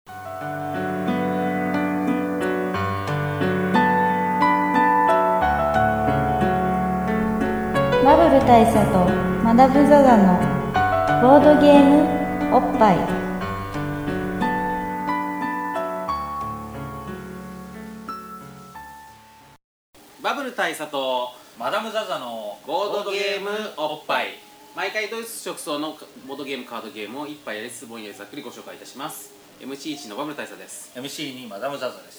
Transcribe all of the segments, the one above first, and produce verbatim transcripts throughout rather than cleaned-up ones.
バブル大佐とマダム・ザ・ザのボードゲームおっぱい。 バブル大佐とマダム・ザ・ザのボードゲームおっぱい。毎回ドイツ直送のボードゲームカードゲームを一杯やりつつぼんやりざっくりご紹介いたします。 エムシーいち のバブル大佐です。 エムシーに マダム・ザ・ザです。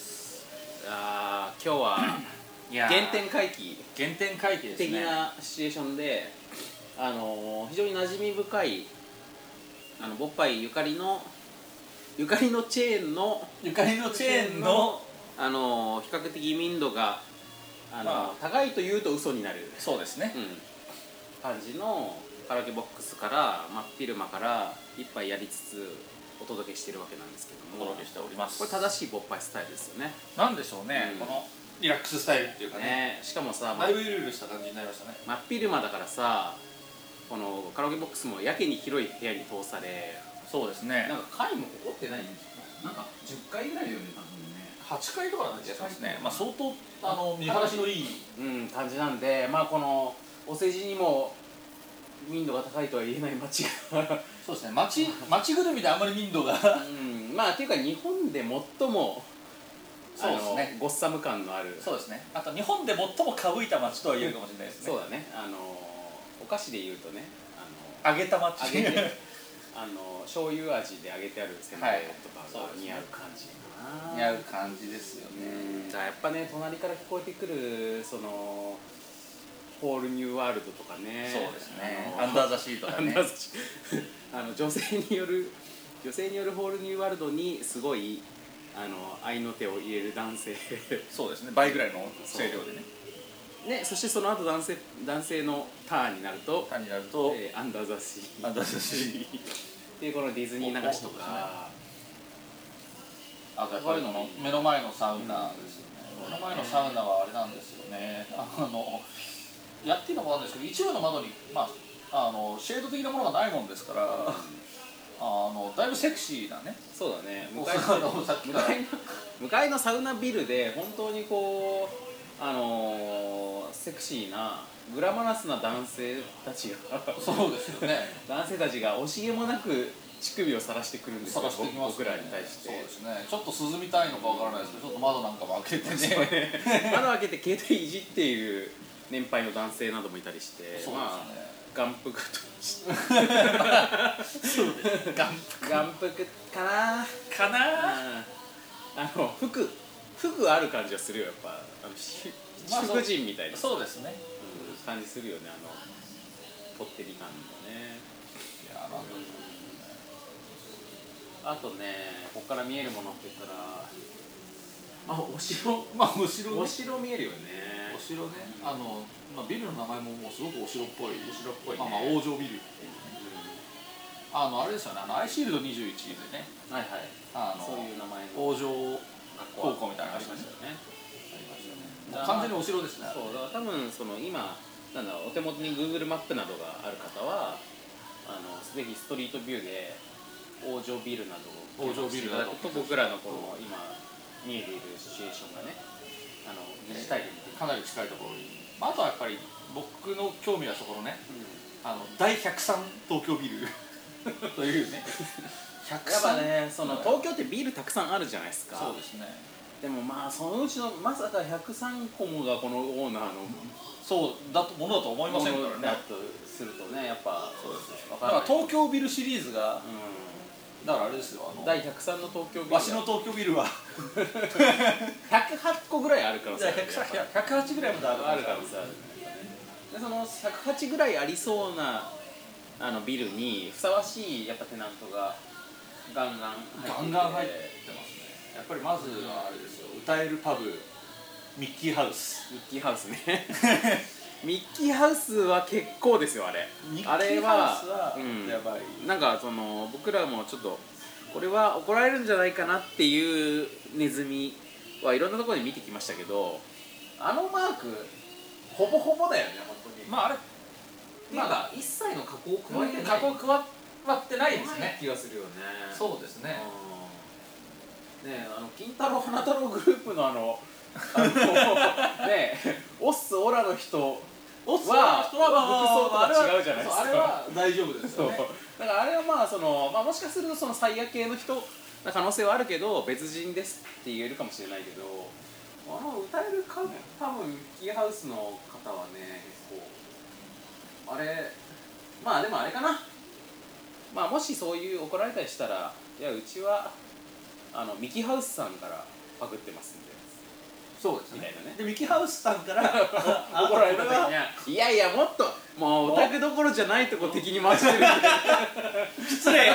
あ今日はいや原点回帰原点回帰です的ね。 なシチュエーションで、あの非常に馴染み深いあのボッパイゆかりのゆかりのチェーンのゆかりのチェーンのあの比較的民度があの、まあ、高いというと嘘になる、 そうですね、 うん、感じのカラオケボックスから真っ昼間から一杯やりつつお届けしてるわけなんですけども、 お届けしております。 これ正しいボッパイスタイルですよね。 なんでしょうね、 うん、 このリラックススタイルっていうかね、 ね、しかもさ、 だいぶゆるゆるした感じになりましたね。 真っ昼間だからさ、このカラオケボックスもやけに広い部屋に通され、 そうですね、 なんか階もここってないんですか、なんかじゅっかいぐらいだよね、多分ね。 はちかいとかなんじゃないですかね。まあ相当あの見晴らしのいい、 うん、感じなんで、まあこのお世辞にも民度が高いとは言えない街がそうですね、街街ぐるみであんまり民度がうん、まあっていうか日本で最もそうですね、 ゴッサム感のある、 そうですね、あと日本で最もかぶいた街とは言えるかもしれないですね。 そうだね、あのお菓子で言うとね、 揚げた街、 揚げてあの醤油味で揚げてあるせんべいとかが似合う感じかな、 似合う感じですよね。 うん、だからやっぱね、隣から聞こえてくるそのホールニューワールドとかね、 そうですね、 あのアンダーザシーとかねあの女性による女性によるホールニューワールドにすごいあの愛の手を入れる男性そうですね、倍ぐらいの声量でねね、そしてその後男性男性のターンになると、 ターンになると、 えー、アンダーザシーアンダーザシーっていうこのディズニー流しとか、 あとやっぱりの目の前のサウナですよね、うん、目の前のサウナはあれなんですよね、あのやっていいのもなんですけど、一部の窓に、まあ、あのシェード的なものがないもんですから、うん、あのだいぶセクシーなね、 そうだね、 向かいのさっきから向かいのサウナビルで本当にこうあのー、セクシーなグラマラスな男性たちがそうですよね男性たちが惜しげもなく乳首を晒してくるんですよ、 ね、 僕らに対して。 そうですね、ちょっと涼みたいのかわからないですけど、ちょっと窓なんかも開けてね窓開けて携帯いじっている年配の男性などもいたりして、 そうですね、 まあ、眼福としてそうです眼福眼福かなかな、 うん、あの服服ある感じはするよ、やっぱあの七福神みたいな、 そうですね、 うん、感じするよね、あのぽってり感もね。 いや、なんだろう、 あとね、ここから見えるものって言ったら、あ、お城、 まあお城ね、 お城見えるよね。 お城ね、あの、まあ、ビルの名前ももうすごくお城っぽい、 お城っぽいね、 まあまあ王城ビルっていうね、うん、あのあれですよね、あのアイシールドにじゅういちでね、 はいはい、 あのそういう名前の王城高校みたいなのありましたよね。ありましたよね。 完全にお城ですね。 そうだから多分その今なんだお手元に Google マップなどがある方は、あのぜひストリートビューで王城ビルなどを王城ビルなどと僕らのこの今見えているシチュエーションがね、あの疑似体験でかなり近いところに、まあ、あとはやっぱり僕の興味はそこのね、 うん、 あのだいひゃくさん東京ビルというねやっぱね、その東京ってビルたくさんあるじゃないですか。 そうですね。 でもまあそのうちのまさかひゃくさんこもがこのオーナーのそうだとものだと思いませんからね。 だとするとね、やっぱそうです。 だだから東京ビルシリーズが、 うん、 だからあれですよ、あのだいひゃくさんの東京ビル、 わしの東京ビルはひゃくはちこぐらいあるからさ、 ひゃくはちぐらいまであるあるからさ、でそのひゃくはちぐらいありそうなあのビルにふさわしいやっぱテナントがガンガン入ってて、 ガンガン入ってますね。やっぱりまずはあれですよ、歌えるパブミッキーハウス。 ミッキーハウスねミッキーハウスは結構ですよ、あれ。 ミッキーハウスはやばい、 うん、なんかその僕らもちょっとこれは怒られるんじゃないかなっていうネズミはいろんなところで見てきましたけど、あのマークほぼほぼだよね、本当に。 まああれまだ一切の加工を加えてない、 加工加わってないですね。 気がするよね。 そうですね。 ねあの金太郎花太郎グループのあのあのねオッスオラの人オッスオラの人はは服装とか違うじゃないですか。 あれは大丈夫ですよね。 だからあれはまあその、まあ、もしかするとそのサイヤ系の人な可能性はあるけど別人ですって言えるかもしれないけど、あの歌えるか多分ミッキーハウスの方はね結構あれまあでもあれかな、まあもしそういう怒られたりしたらいやうちはあのミキハウスさんからパクってますんでそうですねみたいなね。 でミキハウスさんから怒られた時にはいやいやもっともうオタクどころじゃないとこ敵に回してるみたいな失礼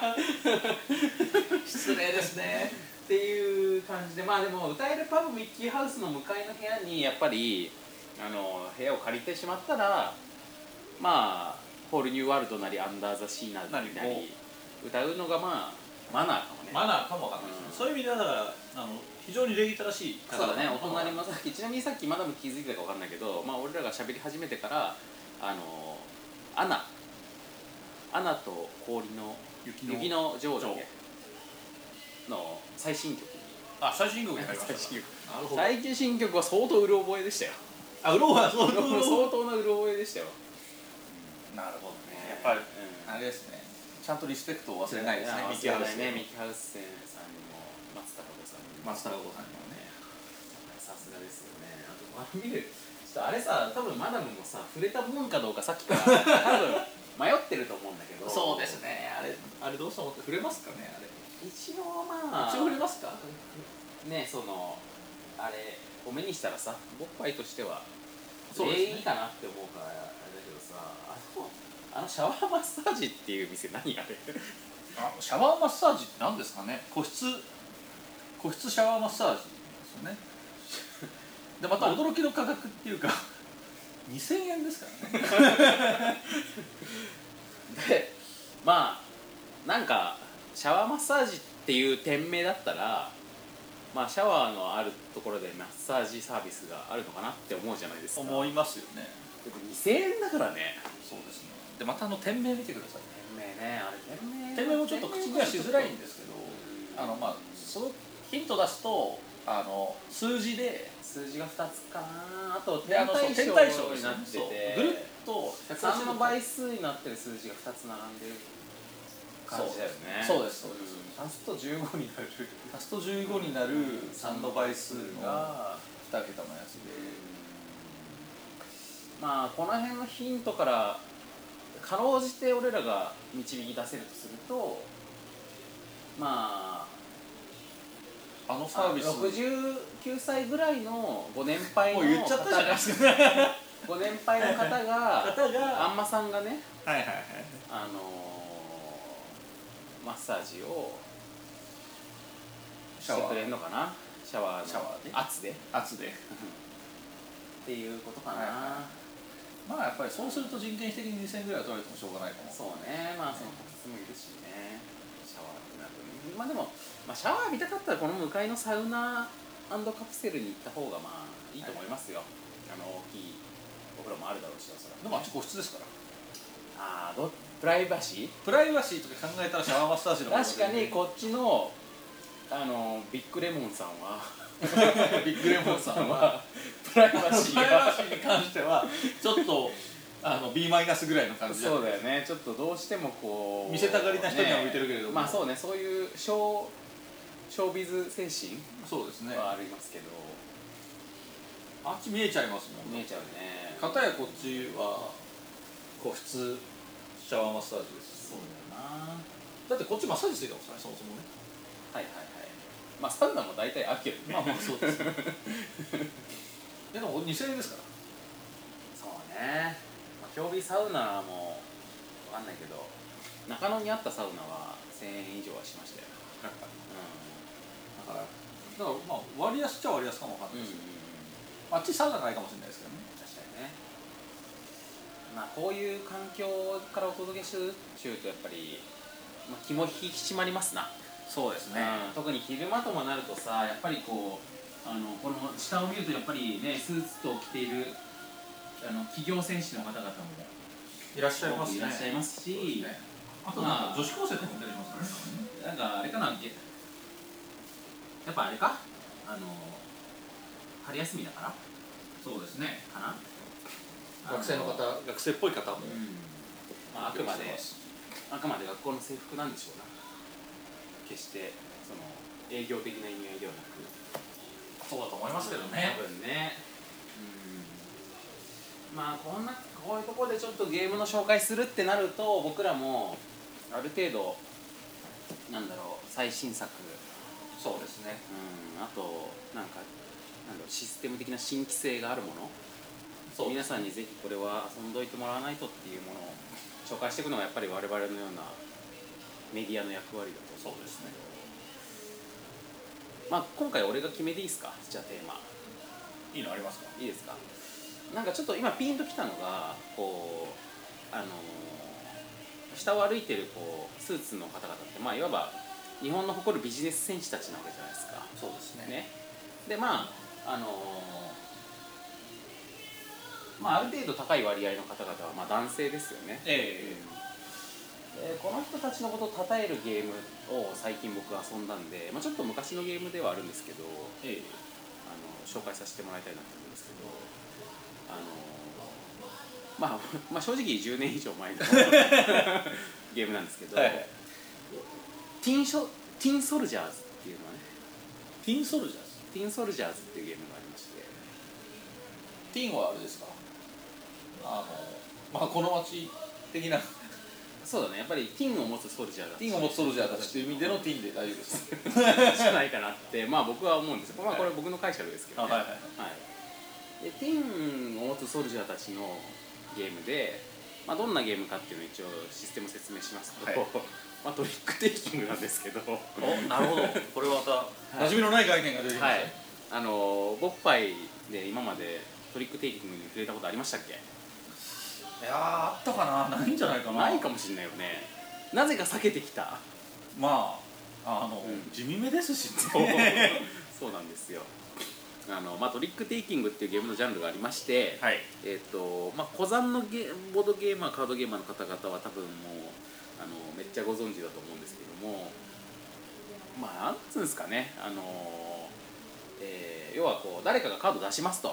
失礼ですねっていう感じで、まあでも歌えるパブミッキーハウスの向かいの部屋にやっぱりあの部屋を借りてしまったらまあホールニューワールドなりアンダーザシーなりなり歌うのがまあマナーかもね。 マナーかもわかんないですね、 うんそういう意味ではだからあの非常に礼儀正しい方そうだね、 なのお隣もさっきちなみにさっきマダム気づいてたかわかんないけど、まあ俺らが喋り始めてからあのアナアナと氷の雪の雪の女王だっけの最新曲にあ最新曲に入りま最した新曲なるほど最新曲は相当うる覚えでしたよ。 あうろはそううろ相当なうる覚えでしたよ。 なるほどねやっぱり、 うんあれですねちゃんとリスペクトを忘れないですねミミキハウスキハウスねミキハウスさんにも松たか子さんにも松たか子さんにもねさすがですよね。あとあれ見るちょっとあれさ多分マダムもさ触れたもんかどうかさっきから多分迷ってると思うんだけどそうですねあれあれどうしたのって触れますかねあれ一応まあ一応触れますかねそのあれお目にしたらさボッパイとしてはそうですね礼儀かなって思うからあれだけどさあのあのシャワーマッサージっていう店何あれあシャワーマッサージって何ですかね個室個室シャワーマッサージですよねでまた驚きの価格っていうかにせんえんですからねでまあなんかシャワーマッサージっていう店名だったらまあシャワーのあるところでマッサージサービスがあるのかなって思うじゃないですか。 思いますよねでもにせんえんだからね。 そうですねでまたあの店名見てください店名ねあれ店名店名もちょっと口にはしづらいんですけどあのまあそのヒント出すとあの数字で数字がふたつかなあとであのそう天天体ショーに体ショーですねなっててそうぐるっとさんの倍数になってる数字がふたつ並んでる感じだよね。 そうですそうですん足すとじゅうごになる足すとじゅうごになるさんの倍数のに桁のやつでまあこの辺のヒントからかろうじて俺らが導き出せるとするとまああのサービスろくじゅうきゅうさいぐらいのご年配のもう言っちゃったじゃないですかご年配の方が方があんまさんがねはいはいはいあのー、マッサージをしてくれるのかなシャワーのシャワーで圧でっ圧でていうことかな、 はいはまあやっぱりそうすると人件費的ににせんえんぐらいは取られてもしょうがないかもそうねまあその個室もいるしねシャワーってなるとねまあでも、まあ、シャワー浴びたかったらこの向かいのサウナカプセルに行った方がまあいいと思いますよ、はい、あの大きいお風呂もあるだろうしそら、ね、 でもあっち個室ですからああどプライバシープライバシーとか考えたらシャワーマッサージの方が確かにこっちのあのビッグレモンさんはビッグレモンさんはプライバシープライバがシーに関してはちょっとあの B マイナスぐらいの感じそうだよねちょっとどうしてもこう見せたがりな人には向いてるけれども、 ね、まあそうねそういうショーショービズ精神そうですねはありますけどあっち見えちゃいますもん見えちゃうねかたやこっちは個室シャワーマッサージですそうだよなだってこっちマッサージついてますからねそもそもねはいはいはいまあサウナも大体あるけどねまあまあそうですねでもにせんえんですからそうね、まあ、競技サウナもわかんないけど中野にあったサウナはせんえん以上はしましたよだからだからまあ割安っちゃ割安かもわかんないですけど、あっちサウナないかもしれないですけどね確かにねまあこういう環境からお届けするっちゅうとやっぱり、まあ、気も引き締まりますなそうですうん、特に昼間ともなるとさやっぱりこうあのこの下を見るとやっぱりねスーツと着ているあの企業選手の方々もいらっしゃいますねいらっしゃいますし、 あとなんか女子高生とかも出てきますからねなんかあれかなやっぱあれか、あの春休みだからそうですね。 かな。 学生の方、学生っぽい方も、 うん、まあ、あくまであくまで学校の制服なんでしょうな。決してその営業的な意味合いではなく。 そうだと思いますけどね。 多分ね。うん、まあこんなこういうところでちょっとゲームの紹介するってなると、僕らもある程度なんだろう、最新作、 そうですね。 うん、あとなんかなんだろう、システム的な新規性があるもの、 そう皆さんにぜひこれは遊んどいてもらわないとっていうものを紹介していくのがやっぱり我々のようなメディアの役割だと思うんですけど、まあ今回俺が決めていいですか。じゃあテーマいいのありますか？ いいですか。なんかちょっと今ピンときたのが、こうあのー下を歩いてるこうスーツの方々って、まあいわば日本の誇るビジネス戦士たちなわけじゃないですか。 そうですね。 ね。でまああのーまあある程度高い割合の方々はまあ男性ですよね。 えでこの人たちのことを称えるゲームを最近僕遊んだんで、まあ、ちょっと昔のゲームではあるんですけど、 えええあの紹介させてもらいたいなと思うんですけど、あのまあ、まあ正直じゅうねん以上前のゲームなんですけど、 はいはい、 ティンショティンソルジャーズっていうのはね、 ティンソルジャーズ。 ティンソルジャーズっていうゲームがありまして、 ティンはあれですか、あのまあこの街的なそうだね、やっぱりティンを持つソルジャーだティンを持つソルジャーたちっていう意味でのティンで大丈夫ですか？ じゃないかなって、まあ僕は思うんですよ。まあこれ僕の解釈ですけどね。 はいはいはいはい、でティンを持つソルジャーたちのゲームで、まあ、どんなゲームかっていうのを一応システム説明しますと、はい、まあトリックテイキングなんですけどお、なるほど、これはまた馴染みのない概念が出てきました、はい、 あのボッパイで今までトリックテイキングに触れたことありましたっけ？ いやー、あったかな、ないんじゃないかな。 ないかもしれないよね。なぜか避けてきた。 まああの、うん、地味めですしねそうなんですよ。あのまあ、トリックテイキングっていうゲームのジャンルがありまして、はい、えーとまあ、古参のゲボードゲーマーカードゲーマーの方々は多分もうあのめっちゃご存知だと思うんですけども、まあなんつうんですかね、あの、えー、要はこう誰かがカード出しますと、はい、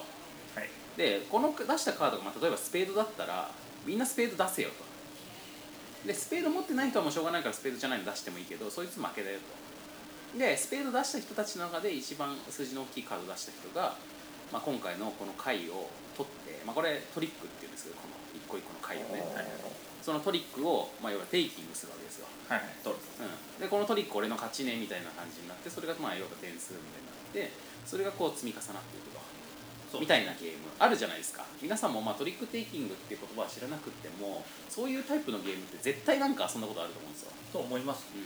でこの出したカードが、まあ、例えばスペードだったらみんなスペード出せよと。でスペード持ってない人はもうしょうがないからスペードじゃないの出してもいいけど、そいつ負けだよと。でスペード出した人たちの中で一番数字の大きいカード出した人が、まあ、今回のこの回を取って、まあ、これトリックっていうんですけど、この一個一個の回をね、はい、そのトリックを、まあ、要はテイキングするわけですよ、はいはい、取る、うん、でこのトリック俺の勝ちねみたいな感じになって、それがまあ要は点数みたいになって、それがこう積み重なっていくとみたいなゲームあるじゃないですか。皆さんもまあトリックテイキングっていう言葉は知らなくっても、そういうタイプのゲームって絶対なんか遊んだことあると思うんですよ。 と思います、 うん、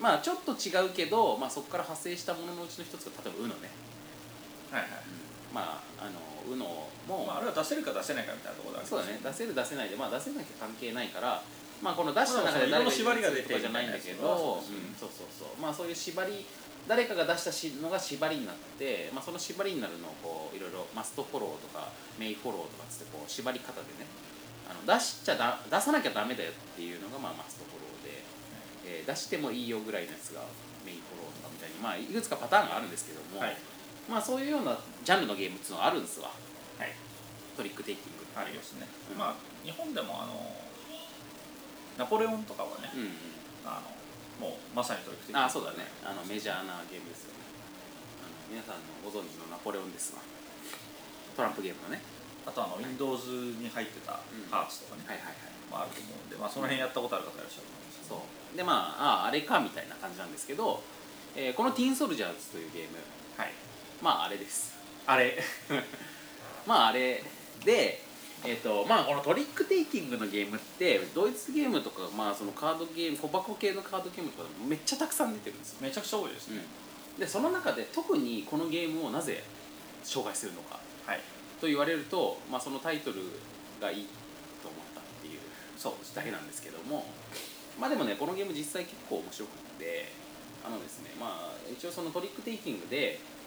まあちょっと違うけど、まあ、そこから派生したもののうちの一つが例えば ウノ ね。はいはい、うん、まああの ウノ も、まあ、 あれは出せるか出せないかみたいなところでありますね。そうだね、出せる出せないで、まあ出せなきゃ関係ないから、まあこの出した中で誰が縛りが出てるとかじゃないんだけど、そうそうそう、まあそういう縛り、誰かが出したのが縛りになって、まあ、その縛りになるのをこういろいろマストフォローとかメイフォローとかつってこう縛り方でね、あの出しちゃだ出さなきゃダメだよっていうのがまあマストフォローで、えー、出してもいいよぐらいのやつがメインフォローとかみたいに、まあ、いくつかパターンがあるんですけども、はい、まあそういうようなジャンルのゲームっていうのはあるんですわ、はい、トリックテイキングありますね、うん、まあ日本でもあのナポレオンとかはね、うんうん、あのもうまさにトリックテイキング、 ああそうだね、あのメジャーなゲームですよね。あの皆さんのご存知のナポレオンですわ、トランプゲームのね。 あとあの Windows に入ってたハーツとかね、はいはいはい、まあ、あると思うんで、まあ、その辺やったことある方いらっしゃると思うんですけど、 そうでまあああれかみたいな感じなんですけど、えー、このティーンソルジャーズというゲーム、はい、まああれですあれまああれで、えーとまあ、このトリックテイキングのゲームってドイツゲームとか、まあ、そのカードゲーム小箱系のカードゲームとかでもめっちゃたくさん出てるんですよ。 めちゃくちゃ多いですね、 うん、でその中で特にこのゲームをなぜ紹介するのか、はい、と言われると、まあ、そのタイトルがいいと思ったっていうそうだけなんですけども、まあでもねこのゲーム実際結構面白くて、あのですねまあ一応そのトリックテイキングで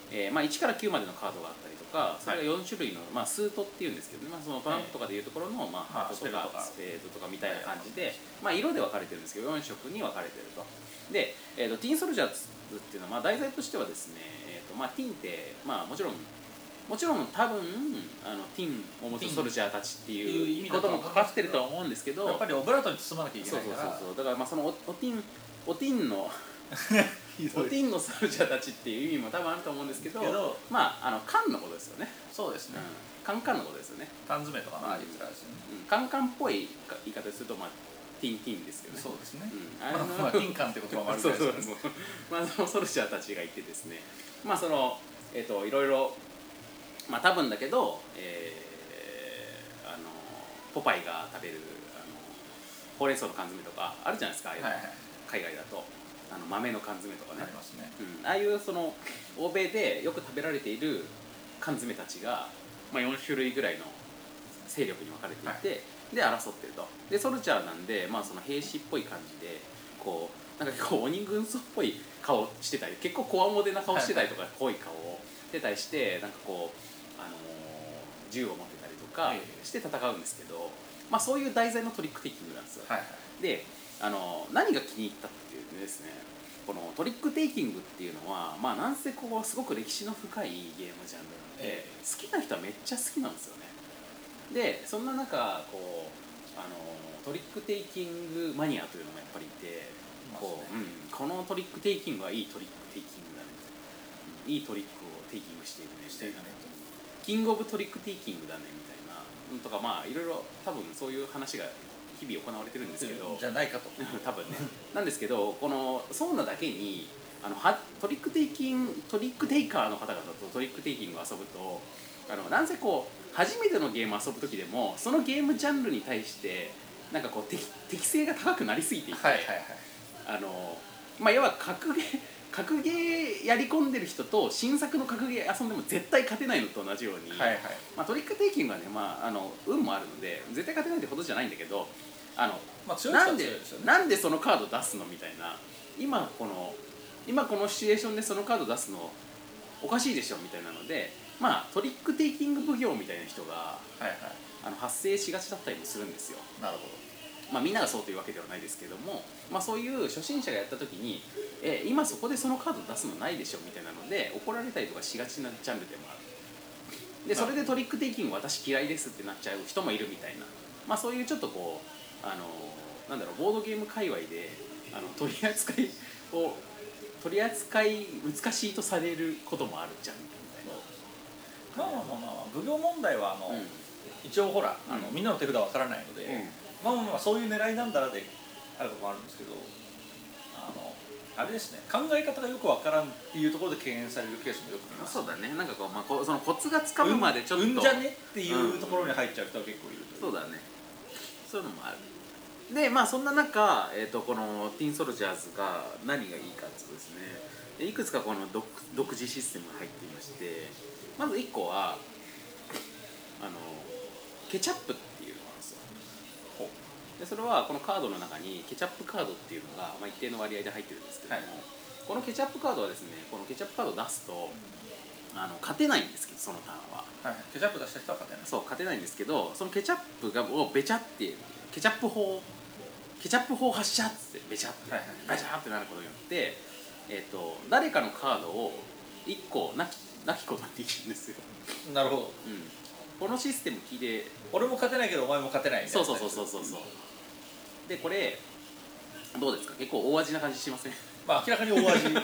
えーまあ、いちからきゅうまでのカードがあったりとか、それがよん種類の、まあ、スートっていうんですけどね、まあ、そのトランプとかでいうところの、まあ、ハートとかスペードとかみたいな感じで、まあ、色で分かれてるんですけどよん色に分かれてると。で、えー、とティーンソルジャーズっていうのは、まあ、題材としてはですね、えーとまあ、ティーンって、まあ、もちろんもちろん多分あのティーンを持つソルジャーたちっていうこともかかってるとは思うんですけど、 やっぱりオブラートに包まなきゃいけないから。 そうそうそうそう、だからまあそのおおティーンおティーンのおティーンのソルジャーたちっていう意味も多分あると思うんですけど、 けどまああの缶のことですよね。 そうですね、 うん、カンカンのことですよね。 缶詰とかのああいうからですよね、 うん、カンカンっぽい言い方すると、まあ、ティーンティーンですよね。 そうですね、 うん、 あのまあティンカンって言葉もあるぐらいですからね。 そうそうそうまあそのソルジャーたちがいてですね、まあそのえっ、ー、といろいろまあ多分だけど、えー、あのポパイが食べるあのほうれん草の缶詰とかあるじゃないですか、ああいうの、はいはい、海外だとあの豆の缶詰とかね、 ありますね、 うん、ああいうその欧米でよく食べられている缶詰たちが、まあ、よん種類ぐらいの勢力に分かれていて、はい、で争ってると。でソルジャーなんで、まあ、その兵士っぽい感じでこうなんか結構鬼軍曹っぽい顔してたり、結構こわもてな顔してたりとか、はい、濃い顔をしてたりして、なんかこう、あのー、銃を持ってたりとかして戦うんですけど、まあ、そういう題材のトリックテイキングなんですよ。はいはい、で、あのー、何が気に入ったっていうとですね、このトリックテイキングっていうのは、まあ、なんせこうすごく歴史の深いゲームジャンルなので、えー、好きな人はめっちゃ好きなんですよね。でそんな中こう、あのー、トリックテイキングマニアというのもやっぱりいて、こう、うん、このトリックテイキングはいいトリックテイキングだね、うん、いいトリックをテイキングしているねみたいなね、キングオブトリックテイキングだねみたいなとか、まあいろいろ多分そういう話が日々行われてるんですけど、 じゃないかと多分ねなんですけど、このそうなだけにあのはトリックテイキングトリックテイカーの方々とトリックテイキングを遊ぶと、あのなんせこう初めてのゲームを遊ぶ時でもそのゲームジャンルに対してなんかこう適適性が高くなりすぎていて、はいはいはい、あのまあ要は格ゲー格ゲーやり込んでる人と新作の格ゲー遊んでも絶対勝てないのと同じように、はいはい、まあ、トリックテイキングはね、まあ、あの運もあるので絶対勝てないってほどじゃないんだけど、あの、まあ、強い人は強いですよね。なんでなんでそのカード出すのみたいな、今この今このシチュエーションでそのカード出すのおかしいでしょみたいなので、まあ、トリックテイキング奉行みたいな人が、はいはい、あの発生しがちだったりもするんですよ。なるほど。まあ、みんながそうというわけではないですけども、まあ、そういう初心者がやった時にえ今そこでそのカード出すのないでしょみたいなので怒られたりとかしがちなジャンルでもある。でそれでトリックテイキング私嫌いですってなっちゃう人もいるみたいな、まあ、そういうちょっとこうあのなんだろうボードゲーム界隈であの取り扱いを取り扱い難しいとされることもあるじゃんみたいな。 まあまあまあまあ奉行問題はあの、うん、一応ほらあの、うん、みんなの手札わからないので、うん、まあまあまあそういう狙いなんだらであるところもあるんですけど、あのあれですね、考え方がよくわからんっていうところで敬遠されるケースもよく見ます。 そうだね、なんかこう、まあ、こそのコツがつかむまでちょっと、 うん、うんじゃねっていうところに入っちゃう人は結構いるという、 そうだね、そういうのもある。でまあそんな中、えー、とこのティーンソルジャーズが何がいいかっていうとですね、いくつかこの 独, 独自システムが入っていまして、まずいっこはあのケチャップっていうのなんですよ。でそれはこのカードの中にケチャップカードっていうのが、まあ、一定の割合で入ってるんですけども、はい、このケチャップカードはですね、このケチャップカードを出すとあの勝てないんですけど、そのターンは、 はい、ケチャップ出した人は勝てない。 そう勝てないんですけど、そのケチャップがをベチャってケチャップ砲ケチャップ砲発射ってベチャって、はいはい、ベチャってなることによって、えー、と誰かのカードをいっこなきなきことにできるんですよ。 なるほど、うん、 このシステム聞いて俺も勝てないけどお前も勝てないみたいな。 そうそうそうそうそう。でこれどうですか、結構大味な感じしません？ まあ明らかに大味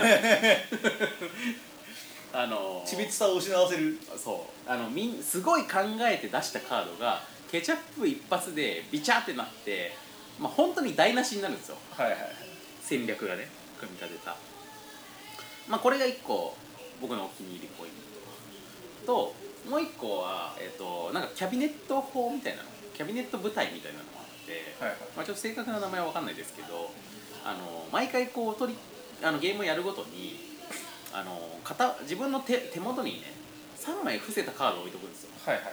あの緻密さを失わせる。 そうあのみんすごい考えて出したカードがケチャップ一発でビチャってなって、まあ、本当に台無しになるんですよ、はいはいはい、戦略がね組み立てた。まあこれがいっこ僕のお気に入りポイントと、もういっこは、えー、となんかキャビネット砲みたいなの、キャビネット部隊みたいなのがあって、はいはい、まあ、ちょっと正確な名前は分かんないですけど、あの毎回こう取りあのゲームをやるごとにあの片自分の 手, 手元にねさんまい伏せたカードを置いとくんですよ、はいはい、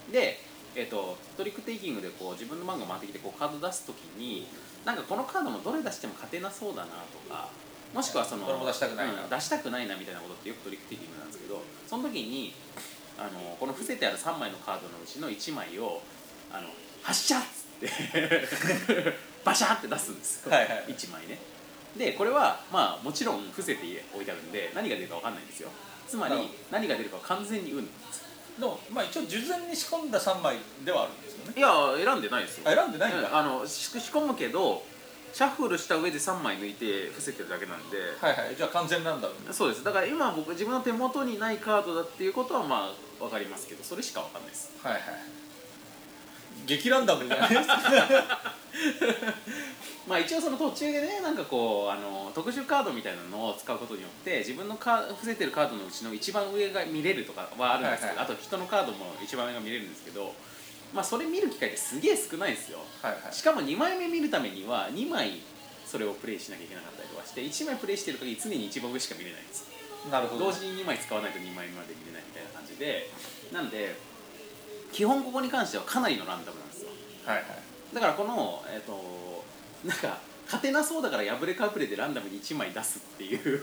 で、えー、とトリックテイキングでこう自分の番が回ってきてこうカード出すときになんかこのカードのどれ出しても勝てなそうだなとか、 もしくはそのどれも出したくないな、 うん、出したくないなみたいなことってよくトリックテイキングなんですけど、その時にあのこの伏せてあるさんまいのカードのうちのいちまいをあの発射っつってバシャーって出すんですよ、 はいはい、 いちまいね。でこれはまあもちろん伏せておいてあるんで何が出るか分かんないんですよ。つまり何が出るか完全に運なんです。 でもまあ一応事前に仕込んださんまいではあるんですよね。 いや選んでないですよ。 あ、選んでないんだ。 あの仕込むけどシャッフルした上でさんまい抜いて伏せてるだけなんで、 はいはい、じゃあ完全ランダム。 そうです。だから今僕自分の手元にないカードだっていうことはまあ分かりますけど、それしか分かんないです。 はいはい、激ランダムじゃないですかまあ一応その途中でね、なんかこうあの特殊カードみたいなのを使うことによって自分のカ伏せてるカードのうちの一番上が見れるとかはあるんですけど、はいはい、あと人のカードも一番上が見れるんですけど、まあそれ見る機会ってすげえ少ないですよ、はいはい、しかもにまいめ見るためにはにまいそれをプレイしなきゃいけなかったりとかして、いちまいプレイしてる限り常に一番上しか見れないんです。 なるほど。 同時ににまい使わないとにまいめまで見れないみたいな感じで、なんで基本ここに関してはかなりのランダムなんですよ、はいはい、だからこのえっ、ー、となんか勝てなそうだから破れかぶれでランダムにいちまい出すっていう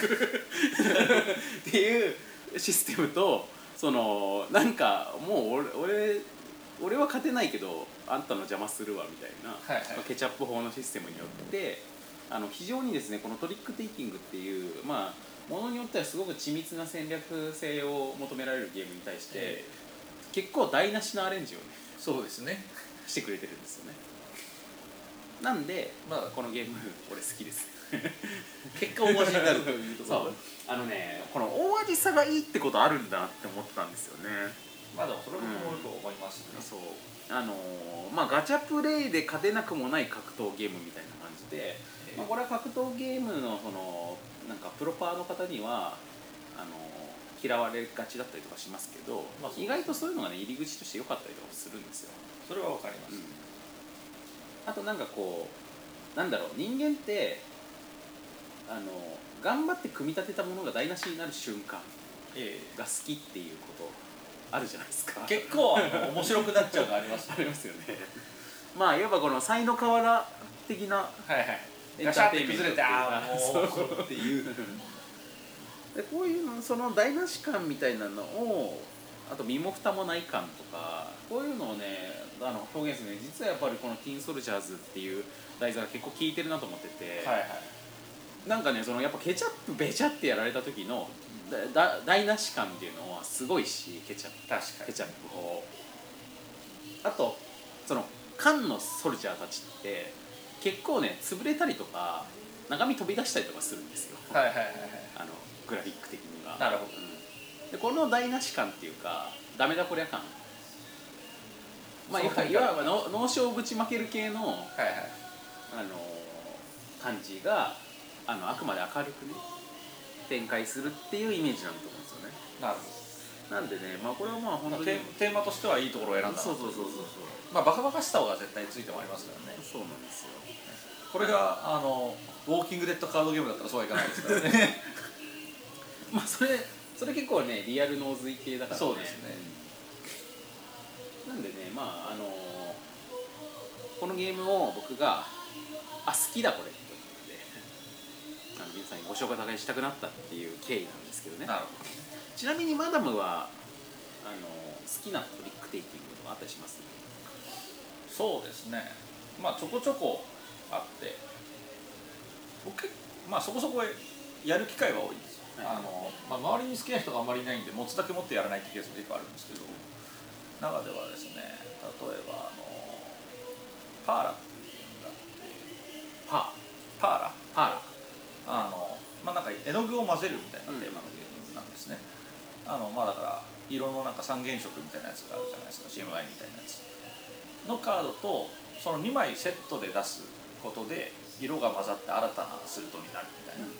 っていうシステムと、そのなんかもう俺俺俺は勝てないけどあんたの邪魔するわみたいな、はいはい、ケチャップ法のシステムによってあの非常にですね、このトリックテイキングっていう、まあものによってはすごく緻密な戦略性を求められるゲームに対して、えー、結構台無しのアレンジをね、 そうですね、 してくれてるんですよね。なんで、まあ、このゲーム俺好きです結果大味になるというところそうあのね、この大味さがいいってことあるんだなって思ったんですよね。 まあでもそれもよく思いますね、 うん、そうあのー、まあガチャプレイで勝てなくもない格闘ゲームみたいな感じで、えーまあ、これは格闘ゲームのそのなんかプロパーの方にはあのー、嫌われがちだったりとかしますけど、まあ、意外とそういうのがね入り口として良かったりとかするんですよ。 それはわかります、うん、 あとなんかこうなんだろう、人間ってあの頑張って組み立てたものが台無しになる瞬間が好きっていうことあるじゃないですか。 結構あの面白くなっちゃうのありますありますよね。まあいわばこの才の河原的なはいはいエンターテインメントってああもうっていうでこういうのその台無し感みたいなのを、あと身も蓋もない感とか、こういうのをねあの表現するね、実はやっぱりこのティーンソルジャーズっていう題材が結構効いてるなと思ってて、はいはい、なんかねそのやっぱケチャップベチャってやられた時のだ台無し感っていうのはすごいし、ケチャップ確かケチャップ法、あとその缶のソルジャーたちって結構ね潰れたりとか中身飛び出したりとかするんですよ、はいはいはいはい、あのグラフィック的には。 なるほど、 うん、でこの台無し感っていうかダメだこりゃ感、まあ、いわば脳症ぶちまける系の、はいはい、あの感じがあのあくまで明るくね展開するっていうイメージなんだと思うんですよね。 なるほど。なんでね、まあ、これはまあ本当にテーマとしてはいいところを選んだ。 そうそうそうそうそう。 まあバカバカしさは絶対ついてもありますからね。 そうなんですよ。 これがあのウォーキングデッドカードゲームだったらそうはいかないですからね。 まあそれそれ結構ねリアル脳髄系だからね。 そうですね。 なんでね、まああのこのゲームを僕があ好きだこれって思ってあの皆さんにご紹介したくなったっていう経緯なんですけどね。 なるほど。 ちなみにマダムはあの好きなトリックテイキングとかあったりします？ そうですね。まあちょこちょこあって僕まあそこそこやる機会は多いです。はい、あのまあ、周りに好きな人があんまりいないんで持つだけ持ってやらないってケースも結構あるんですけど、中ではですね、例えばあのパーラっていうゲームがあってパーパーラパーラあのまあなんか絵の具を混ぜるみたいなテーマのゲームなんですね。うん、あのまあだから色のなんか三原色みたいなやつがあるじゃないですか、 シーエムアイ みたいなやつのカードとそのにまいセットで出すことで色が混ざって新たなスルトになるみたいな。うん、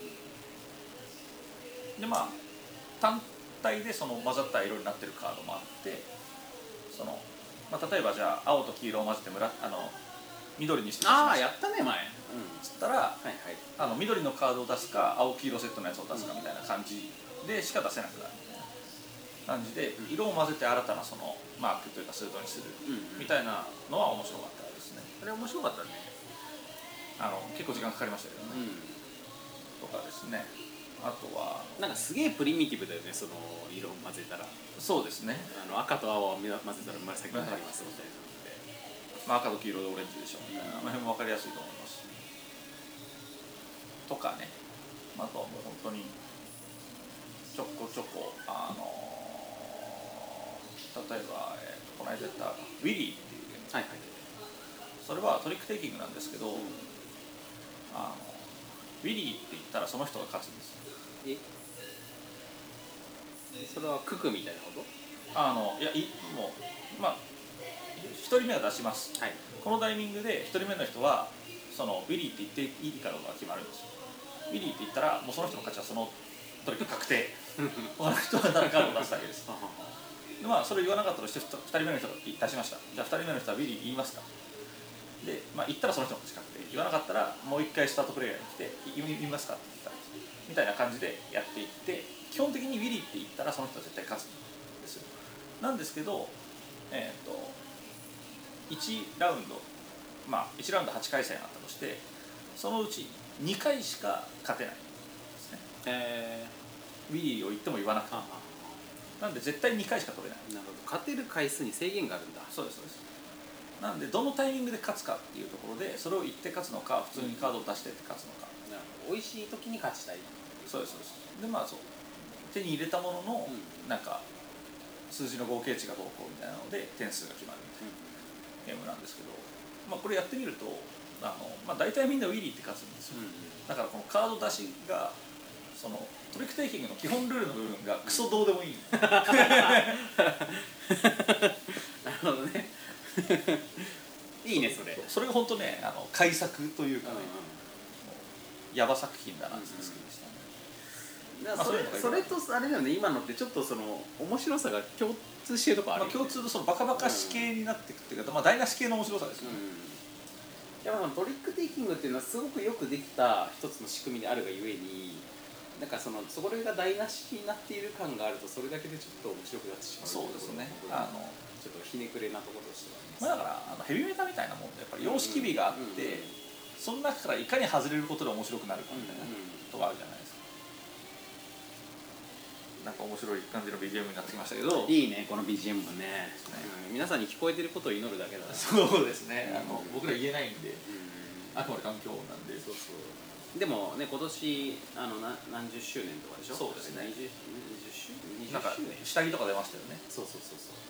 でまあ単体でその混ざった色になってるカードもあって、その、まあ、例えばじゃあ青と黄色を混ぜてむらあの緑にしてああやったね前、うん、 つったら、はいはい、あの緑のカードを出すか青黄色セットのやつを出すかみたいな感じでしか出せなくなるみたいな感じで、うん、色を混ぜて新たなそのマークというかスルートにするみたいなのは面白かったですね。 あれ面白かったね。 あの結構時間かかりましたけどね。 とかですね。あとはなんかすげえプリミティブだよね、その色を混ぜたら、 そうですね、 あの赤と青を混ぜたら紫になりますみたいなので、 まあ、赤と黄色でオレンジでしょみたいな、あの辺も分かりやすいと思いますしとかね。あとはもう本当にちょこちょこあの例えば、えー、この間やったウィリーっていうゲーム、 はいはい、 それはトリックテイキングなんですけど、あのウィリーって言ったらその人が勝つんです。 えそれはククみたいなこと？ あのいやいもうまあひとりめは出します、 はい、 このタイミングでひとりめの人はそのウィリーって言っていいかどうかが決まるんですよ。ウィリーって言ったらもうその人の勝ちはそのトリック確定この人は誰かを出すだけですで、まあ、それ言わなかったとしてふたりめの人が出しました。じゃあふたりめの人はウィリー言いますかで、まあ、言ったらその人の勝ち確定、言わなかったらもう一回スタートプレイヤーに来て言いますかって言ったらみたいな感じでやっていって、基本的にウィリーって言ったらその人は絶対勝つんですよ。なんですけど、えー、といちラウンド、まあいちラウンドはちかい戦あったとして、そのうちにかいしか勝てないんですね。 えウィリーを言っても言わなくても、なんで絶対にかいしか取れない。 ー、なるほど、勝てる回数に制限があるんだ。 そうですそうです。なんでどのタイミングで勝つかっていうところで、それを言って勝つのか普通にカードを出してって勝つのか、 なるほど、美味しい時に勝ちたい。 そうですそうです。でまあそう手に入れたものの、 うんなんか数字の合計値がどうこうみたいなので点数が決まるみたいなゲームなんですけど、まあ、これやってみるとあの、まあ、大体みんなウィリーって勝つんですよ、 うんうん、 だからこのカード出しがそのトリックテイキングの基本ルールの部分がクソどうでもいいなるほどねいいねそれ。 それが本当ね、あの改作というかね、 うんうん、 ヤバ作品だなって好きでしたね。 だからそれ、 まあ、 それとあれだよね、今のってちょっとその面白さが共通してるとこあるよね。 まあ、共通とそのバカバカし系になっていくっていうか、まあ、台無し系の面白さですよね、 うん、いやまあトリックテイキングっていうのはすごくよくできた一つの仕組みであるがゆえに、なんかそのそれが台無しになっている感があると、それだけでちょっと面白くなってしまう。 そうですね、 あのあのちょっとひねくれなところとしてはあります、 まあ、だからあのヘビメタみたいなもんでやっぱり様式美があって、 うんうんうん、 その中からいかに外れることで面白くなるかみたいなことがあるじゃないですか。なんか面白い感じの ビージーエム になってきましたけど、 いいねこの ビージーエム もね、うん、皆さんに聞こえてることを祈るだけだ。 そうですね、あの、 うん、 僕ら言えないんで、 うん、 あくまで環境なんで。 そうそうでもね、今年あのな何十周年とかでしょ。 そうですね、 にじゅう周年、 なんか下着とか出ましたよね。 そうそうそうそう、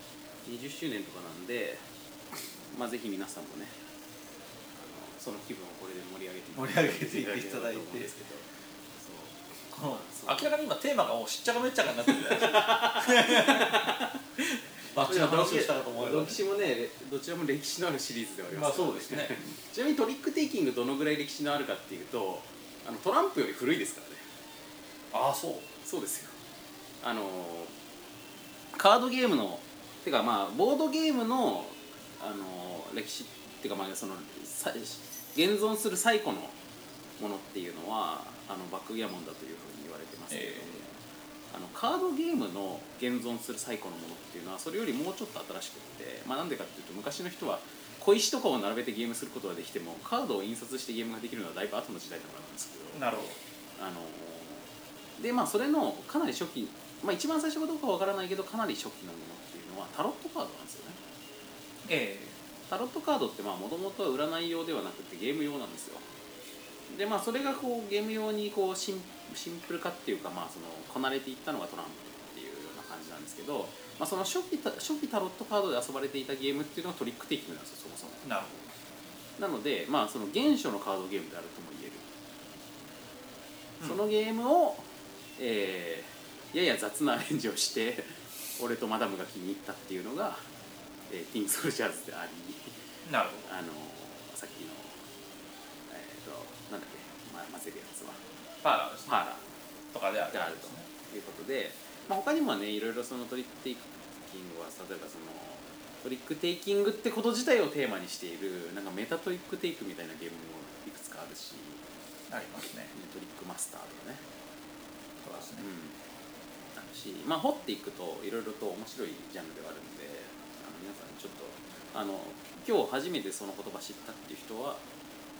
にじゅっしゅうねんとかなんで、まあぜひ皆さんもね、あのその気分をこれで盛り上げて盛り上げていっていただいて、この明らかに今テーマがもうしっちゃかめっちゃかになってるじゃないですかバッチの話をしたかと思えば、 歴史もね、どちらも歴史のあるシリーズではあります、 まあそうですねちなみにトリックテイキングどのぐらい歴史のあるかっていうと、あのトランプより古いですからね。 ああ、そうそうですよ。あのカードゲームのてかまあボードゲームのあの歴史っていうか、まあそのさ現存する最古のものっていうのはあのバックギャモンだというふうに言われてますけど、えー、あのカードゲームの現存する最古のものっていうのはそれよりもうちょっと新しくって、まあなんでかっていうと、昔の人は小石とかを並べてゲームすることができても、カードを印刷してゲームができるのはだいぶ後の時代だからなんですけど、 なるほど。 あのでまあそれのかなり初期、まあ一番最初かどうかはわからないけど、かなり初期のものっていうのはタロットカードなんですよね。 ええタロットカードってもともとは占い用ではなくてゲーム用なんですよ。でまあそれがこうゲーム用にこうシン、シンプル化っていうか、まあそのこなれていったのがトランプっていうような感じなんですけど、まあ、その初期初期タロットカードで遊ばれていたゲームっていうのがトリックテイキングなんですよ、そもそも。 なるほど。なのでまあその原初のカードゲームであるとも言える、うん、そのゲームを、えー、やや雑なアレンジをして俺とマダムが気に入ったっていうのが、えー、ティンソルジャーズであり、 なるほど。 あのさっきのえっ、ー、となんだっけ、ま、混ぜるやつはパーラーですね。 パーラーとかであるであるということで、まあ、他にもねいろいろそのトリックテイキングは、例えばそのトリックテイキングってこと自体をテーマにしているなんかメタトリックテイクみたいなゲームもいくつかあるし、 ありますね。 トリックマスターとかね、 そうですね、 うん、あるし、まあ掘っていくといろいろと面白いジャンルではあるんで、あの皆さんちょっとあの今日初めてその言葉知ったっていう人は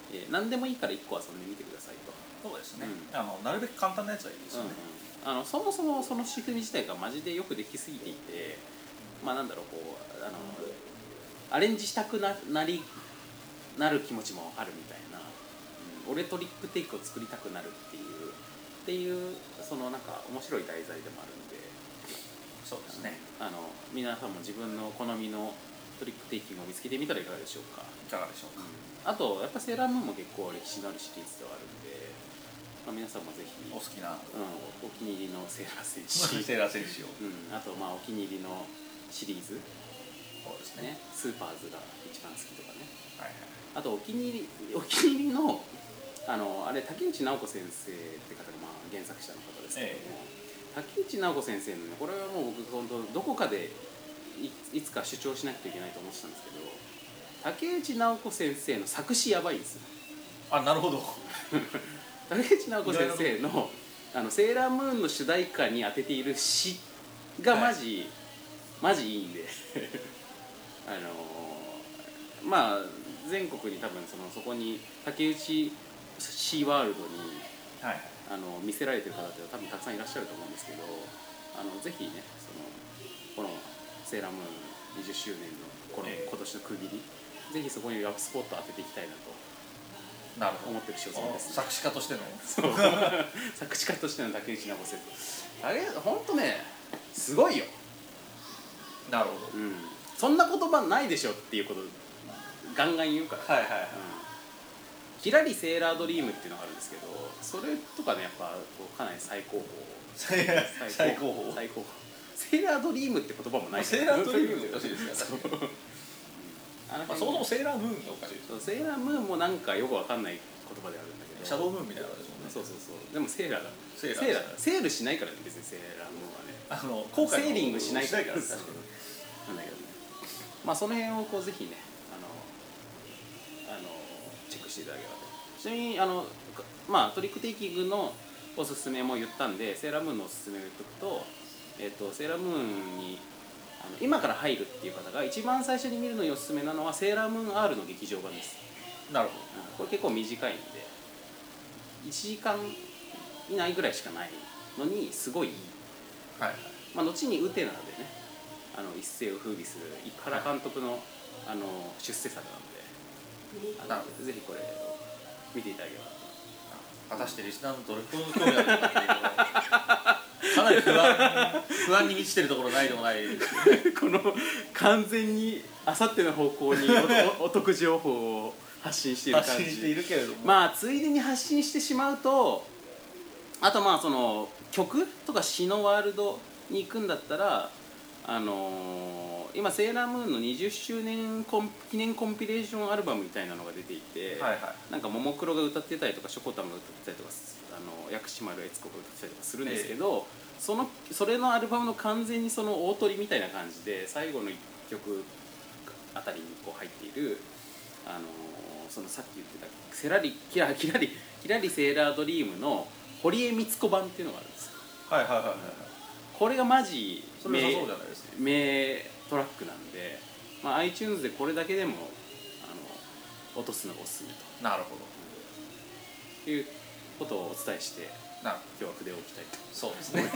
えー、何でもいいからいっこ遊んでみてくださいと。 そうですね、 うん、 あのなるべく簡単なやつはいいですよね、 うん、あのそもそもその仕組み自体がマジでよくできすぎていて、まあなんだろう、こうあのアレンジしたく な, なりなる気持ちもあるみたいな、うん、俺トリックテイクを作りたくなるっていうっていうそのなんか面白い題材でもあるので、 そうですね、 あの皆さんも自分の好みのトリックテイキングを見つけてみたらいかがでしょうか。 いかがでしょうか、 うん、あとやっぱセーラームーンも結構歴史のあるシリーズではあるんで、まあ、皆さんもぜひお好きな、 うん、お気に入りのセーラー戦士セーラー戦士を、 うん、あとまあお気に入りのシリーズ、 そうですね、 ね、スーパーズが一番好きとかね、 はいはい、 あとお気に入りお気に入りのあのあれ竹内直子先生って方がまあ原作者の方ですけども、ええ、竹内直子先生のね、これはもう僕本当どこかで い, いつか主張しなきゃいけないと思ってたんですけど、竹内直子先生の作詞やばいんですよ。 あ、なるほど竹内直子先生のあのセーラームーンの主題歌に当てている詩がマジ、はい、マジいいんであのー、まあ全国に多分そのそこに竹内シーワールドに、はい、あの見せられてる方って多分たくさんいらっしゃると思うんですけど、あのぜひね、そのこのセーラームーンにじゅっしゅうねんのこの、えー、今年の区切り、ぜひそこにラブスポットを当てていきたいなとなるほど思ってる所存です、ね、 作詞家としての作詞家としての竹内直子先生、あれ本当ねすごいよ。 なるほど、 うん、そんな言葉ないでしょっていうことガンガン言うから、 はいはいはい、うん、 キラリセーラードリームっていうのがあるんですけど、それとかねやっぱこうかなり最高峰最高峰最高峰セーラードリームって言葉もない、 セーラードリームっておかしいですよねあのまあ、そもそもセーラームーンがおかしいです。 セーラームーンもなんかよくわかんない言葉であるんだけど、 シャドームーンみたいなのですもんね。 そうそうそう、でもセーラーだ、 セーラーセーラーだ、セールしないからね別にセーラームーンはね、 あの後悔セーリングしないからですなんだけどね、まあその辺をこうぜひねあのあのチェックしていただければと。ちなみにあのまあトリックテイキングのおすすめも言ったんで、セーラームーンのおすすめを言っとくと、えっとセーラームーンにあの今から入るっていう方が一番最初に見るのにおすすめなのはセーラームーン R の劇場版です。 なるほど、 うん、これ結構短いんでいちじかん以内ぐらいしかないのにすごいいい、 はいはい、 まあ、後にウテナでねあの一世を風靡する生原監督の、はい、あの出世作なんで、あのぜひこれを見ていただければと。 果たしてリスナーのどれほど興味あるのかっていうのがかなり不安不安に満ちてるところないでもないですこの完全にあさっての方向に お, お, お得情報を発信している感じ、 発信しているけれども、 まあついでに発信してしまうと、あとまあその曲とか詩のワールドに行くんだったら、あのー、今セーラームーンのにじゅっしゅうねんコン記念コンピレーションアルバムみたいなのが出ていて、 はいはい、 なんかももクロが歌ってたりとかしょこたんが歌ってたりとか、あの薬師丸悦子が歌ってたりとかするんですけど、えー、そのそれのアルバムの完全にその大トリみたいな感じで最後のいっきょくあたりにこう入っている、あのー、そのさっき言ってたセラリキラキラリキラリセーラードリームの堀江光子版っていうのがあるんですよ。 はいはいはいはい、 これがマジ名名トラックなんで、まあ、iTunes でこれだけでもあの落とすのがおすすめと。 なるほど、 ということをお伝えしてなる今日は筆を置きたいと。 そうですね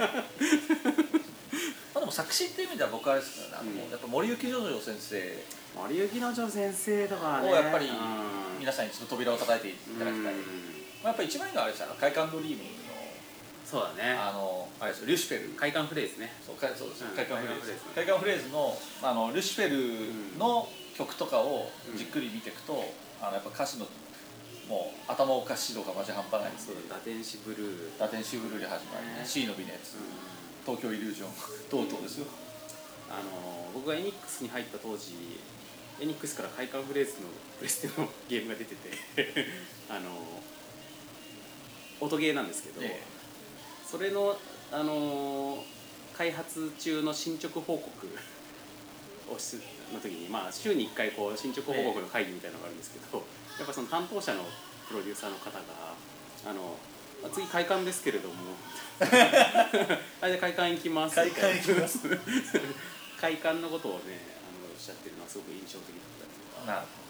まあでも作詞っていう意味では僕はあれですね、あの、うん、やっぱ森幸之丞先生森幸之丞先生とかねをやっぱり皆さんに一度扉を叩いていただきたい、うん、まあ、やっぱり一番いいのはあれですよ、快感ドリームのそうだね、 あのあれですよ、リュシフェル快感フレーズね、 そうかそうです、 うん、 快感フレーズ快感フレーズのあのリュシフェルの曲とかをじっくり見ていくと、うん、あのやっぱ歌詞のもう頭おかしい度がマジ半端ないんで、 打天使ブルー打天使ブルーで始まりね、 C の微熱、うん、東京イリュージョン等々ですよ。 あの僕がエニックスに入った当時、エニックスから快感フレーズのプレステのゲームが出ててあの音ゲーなんですけど、ええ、それの、あの開発中の進捗報告をしの時に、まあ、週にいっかいこう進捗報告の会議みたいなのがあるんですけど、やっぱその担当者のプロデューサーの方があの次快感ですけれどもあれで快感行きます快感行きます快感のことをねあのおっしゃってるのはすごく印象的だったりとか、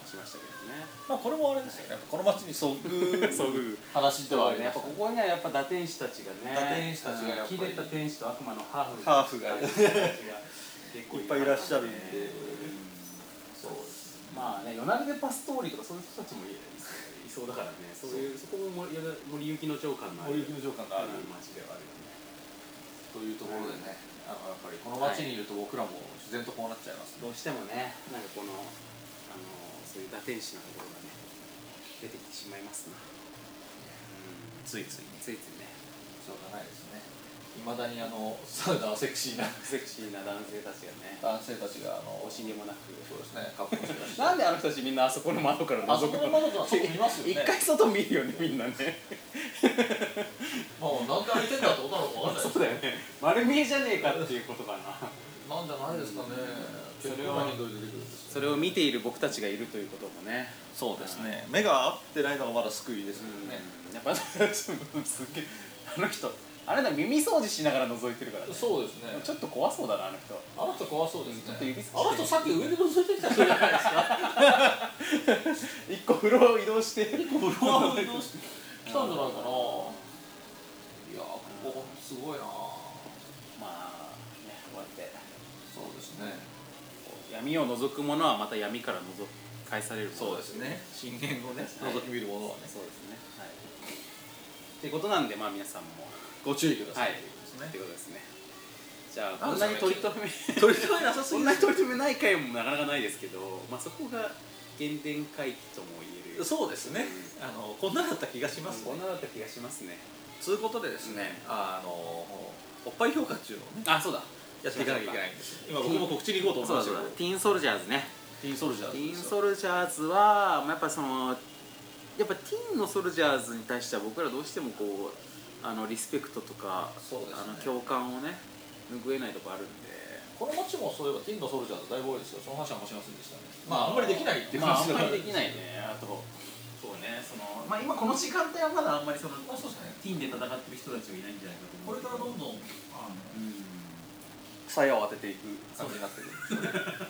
しましたけどね。 まあこれもあれですよね、やっぱこの町に遭遇そういう話ではありやっぱますね。 ここにはやっぱ打天使たちがね、 打天使たちがやっぱり切れた天使と悪魔のハーフハーフが結構いっぱいいらっしゃるんで、 そうです。まあね、ヨナルデ・パストーリとかそういう人たちもいいそうだからね、そういうそこも森森行の長官のある森行の長官がある町ではあるよね。 というところでね、あのやっぱりこの町にいると僕らも自然とこうなっちゃいます、ね。 どうしてもね、なんかこのあのそういう打天使のところがね出てきてしまいますな。うん、 ついついついついね。 しょうがないですね。いまだにあのサウナはセクシーなセクシーな男性たちがね、 男性たちがあの惜しげもなく。 そうですね、格好してらっしゃなんであの人たちみんなあそこの窓からあそ覗くこの窓から外見ますよね。 一回外見るよね、みんなね。 まあなんで開いてんだってことなのかわかんないですそうだよね。丸見えじゃねえかっていうことかな。 なんじゃないですかね。 それを結構な頻度で出てくるんですよ。 それを見ている僕たちがいるということもね。 そうですね。目が合ってないのがまだ救いですけどね。 やっぱすげえあの人あれだ、耳掃除しながら覗いてるからね。 そうですね。 ちょっと怖そうだな、あの人。 あの人怖そうですね。 ちょっと指差してあの人さっき上で覗いてきた人じゃないですか。 一個フロアを移動して結構フロアを移動して来たんじゃないかな。いやー、ここすごいな。 まあね、こうやってそうですね。 闇を覗く者はまた闇から覗き返される。 そうですね。震源をね、覗き見るものはね。 そうですね。はい。っていうことなんで、まあ皆さんもご注意ください。 はい。っていうことですね。じゃあこんなに取り留め取り留めなさすぎる。 こんなに取り留めない回もなかなかないですけど、まあそこが原点回帰とも言える。 そうですね。あのこんなだった気がしますね。 こんなだった気がしますね。 ということでですね、あのおっぱい評価っていうのをね、 あ、そうだ。 やっていかなきゃいけないんです。今僕も告知に行こうと思ってますけど、 ティーンソルジャーズね。 ティーンソルジャーズ。 ティーンソルジャーズは、まあ、やっぱそのやっぱティーンのソルジャーズに対しては僕らどうしてもこうあのリスペクトとか、 そうですね、 あの共感をね拭えないとこあるんで。 この街もそういえばティーンのソルジャーズだいぶ多いですよ。その話はもしませんでしたね。まああんまりできないっていうまああ話だから、 んまりできないね。あとそうね、そのまあ今この時間帯はまだあんまりそのまあそうですね。 ティーンで戦ってる人たちはいないんじゃないかと思う。 これからどんどんあのうん鞘を当てていく感じになってくるんですよね。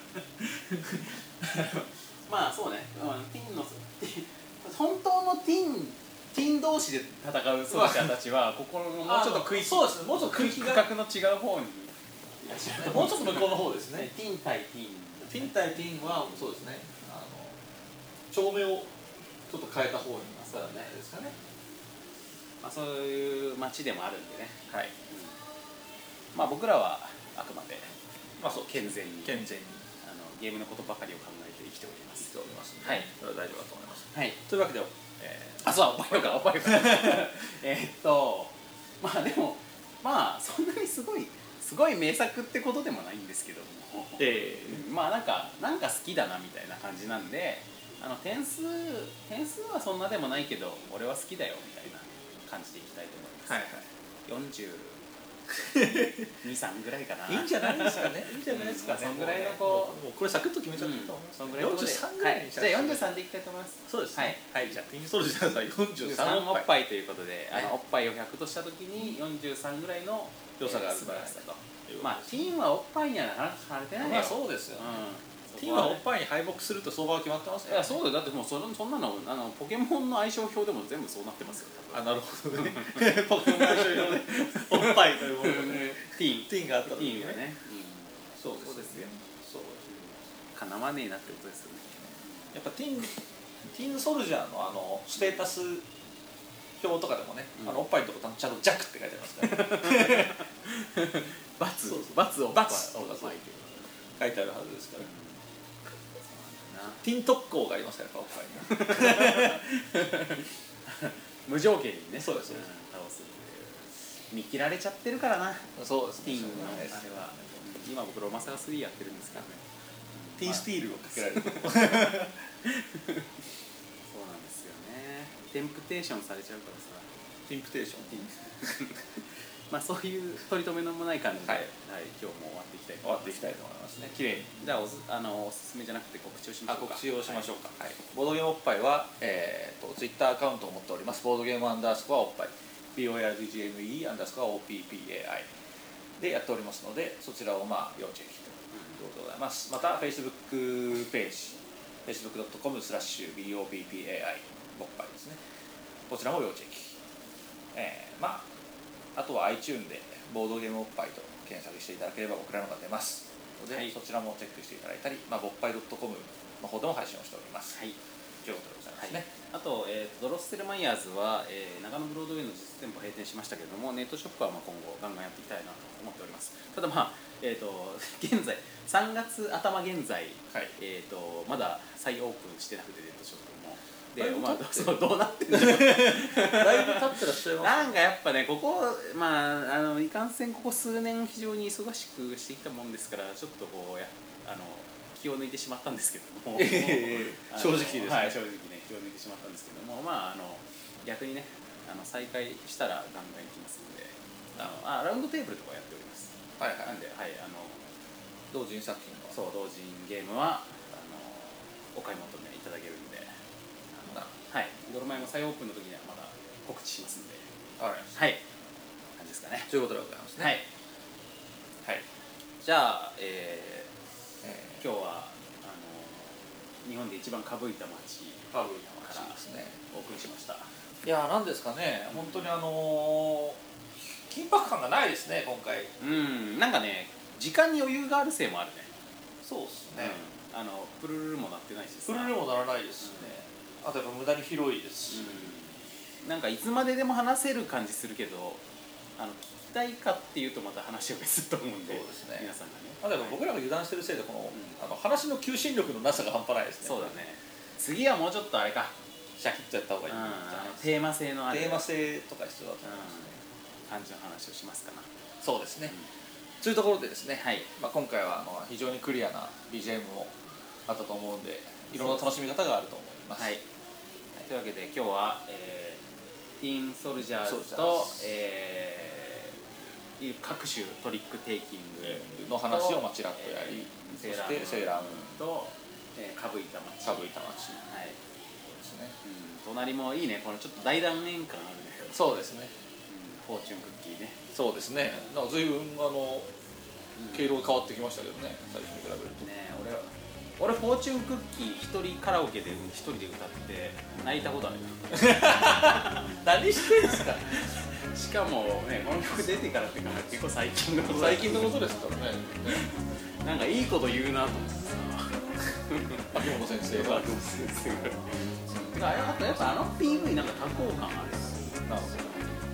まあそうね、うん、ティーンのティ本当のティーンティーン同士で戦うソルジャーたちはここのもうちょっと食いそうですね、もうちょっと区画の違う方にいらっしゃる。 もうちょっと向こうの方ですね。 ティーン対ティーン。 ティーン対ティーンはそうですね、あの照明をちょっと変えた方になったらねですかね。 まあそういう街でもあるんでね。 はい。 まあ僕らはあくまでまあそう健全に健全にあのゲームのことばかりを考えて生きております。 しておりますので、 はい、 それは大丈夫だと思います。 はい。 というわけで、えあ、そう、おっぱいよか、おっぱいよか。えっと、まあでも、まあそんなにすごい、すごい名作ってことでもないんですけども、 えうん、まあなんか、なんか好きだなみたいな感じなんで、あの点数、点数はそんなでもないけど、俺は好きだよみたいな感じでいきたいと思います。 はいはい。 よんじゅうに、さんぐらいかな。 いいんじゃないですかね。いいんじゃないですかね。 そんぐらいのこう、 もうこれサクッと決めちゃっていいと思います。 そんぐらいのことでよんじゅうさんぐらいにじゃあよんじゅうさんでいきたいと思います。 そうですね。 はい。 はい、じゃあティーンソルジャーズはよんじゅうさんおっぱいということで、あのおっぱいをひゃくとしたときによんじゅうさんぐらいの良さがある素晴らしさと。 いうまあティーンはおっぱいにはなかなかされてないよ。 まあそうですよ。ティーンはおっぱいに敗北すると相場は決まってますいやそうだよ。だってもうそのそんなのあのポケモンの相性表でも全部そうなってますよ。 あ、なるほどね。ポケモンの相性表でおっぱいというものでティーンティーンがあったティーンがね。 そうそうですよ。 そうかなわねえなってことですよね。 やっぱティーンティーンソルジャーのあのステータス表とかでもね、あのおっぱいのとこちゃんとジャックって書いてありますからバツバツをバツおっぱい書いてあるはずですから。 なティン特攻がありますからおっぱいに。 無条件にね。 そうですそうです。 倒すっていう見切られちゃってるからな。 そうです。 ティーンのあれは今僕ロマサガスリーやってるんですからね。 ティーンスティールをかけられる。 そうなんですよね。テンプテーションされちゃうからさ。 テンプテーション。 まあそういう取り留めのもない感じで、 はい、 はい、今日も終わっていきたいと終わっていきたいと思いますね。綺麗に。 じゃあおすあのおすすめじゃなくて告知をしましょうか。 告知をしましょうか。はい。ボードゲームおっぱいはえっとツイッターアカウントを持っております。ボードゲームアンダースコアおっぱい ビーオーエーアールディージーエムイー アンダースコア オーピーピーエーアイ でやっておりますので、そちらをまあ要チェックということでございます。また Facebook ページフェイスブックドットコム スラッシュ ビーオーピーピーエーアイ ボッパイですね。こちらも要チェック。えー、まああとは iTunes でボードゲームおっぱいと検索していただければ僕らのが出ますので、はい、そちらもチェックしていただいたり、まあ、ボッパイ .com の方でも配信をしております。はい、ということでございますね。はい、 あと、えー、ドロッセルマイヤーズは、えー、長野ブロードウェイの実店舗閉店しましたけれども、ネットショップはまあ今後ガンガンやっていきたいなと思っております。ただまあ、えー、と現在さんがつ頭現在、はい、えー、とまだ再オープンしてなくて、ネットショップもで、まあ、そうどうなってんのだいぶ経ってらっしゃいます。 なんかやっぱね、ここまああのいかんせんここ数年非常に忙しくしてきたもんですから、ちょっとこうやあの気を抜いてしまったんですけども、 えー、正直ですね、 はい、正直ね気を抜いてしまったんですけども、まああの逆にねあの再開したらガンガン行きますので、あのあラウンドテーブルとかやっております。 はいはい。 なんで、はい、あの同人作品のそう同人ゲームはあのお買い求めいただけるんで、はい、ドロマイも再オープンの時にはまだ告知しますので、 はい、 はい、感じですかね。 ということでございますね。 はい、はい、じゃあ、えーえー、今日はあの日本で一番かぶいた街かぶいた街ですねお送りしました。 いやなんですかね、本当にあのー、緊迫感がないですね今回。 うん、なんかね時間に余裕があるせいもあるね。 そうですね、 うん、あのプルルもなってないしプルルもならないですしね、うん、あとやっぱ無駄に広いですし、 うん、なんかいつまででも話せる感じするけど、あの聞きたいかっていうとまた話を別と思うんで、 そうですね、 皆さんがね、 まあ、でも僕らが油断してるせいでこの、うん、あの話の求心力のなさが半端ないですね。 そうだね、次はもうちょっとあれかシャキッとやった方がいい、うん、 テーマ性のあるテーマ性とか必要だと思いますね、 うん、感じの話をしますかな。 そうですね、うん、というところでですね、はい、まあ、今回はあの非常にクリアな ビージーエム もあったと思うんで、いろんな楽しみ方があると思います。はい、 というわけで今日は、えー、ティーンソルジャーズと、えー、各種トリックテイキングの話をちらっとやり、 えー、そしてセーラームーンと、えー、かぶいた街、 かぶいた街、 はい、 そうですね、 うん、隣もいいね、このちょっと大断面感あるね。 そうですね、 うん、フォーチュンクッキーね。 そうですね、なんか随分あの経路が変わってきましたけどね、最初に比べるとね。俺は俺フォーチュンクッキー一人カラオケで一人で歌って泣いたことあるよ何してんすかしかもね、この曲出てからっていうか結構最近のこと最近のことですからねなんかいいこと言うなと思ってさ秋元先生が秋元先生があとやっぱあの ピーブイ なんか多幸感ある。 なるほど、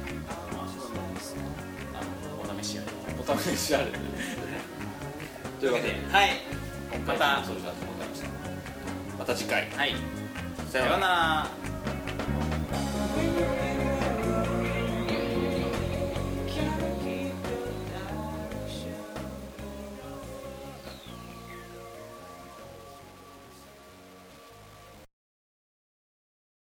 お試しあれお試しあれというわけで、 はい、 またそれじゃあございました。また次回、 はい、 さようなら。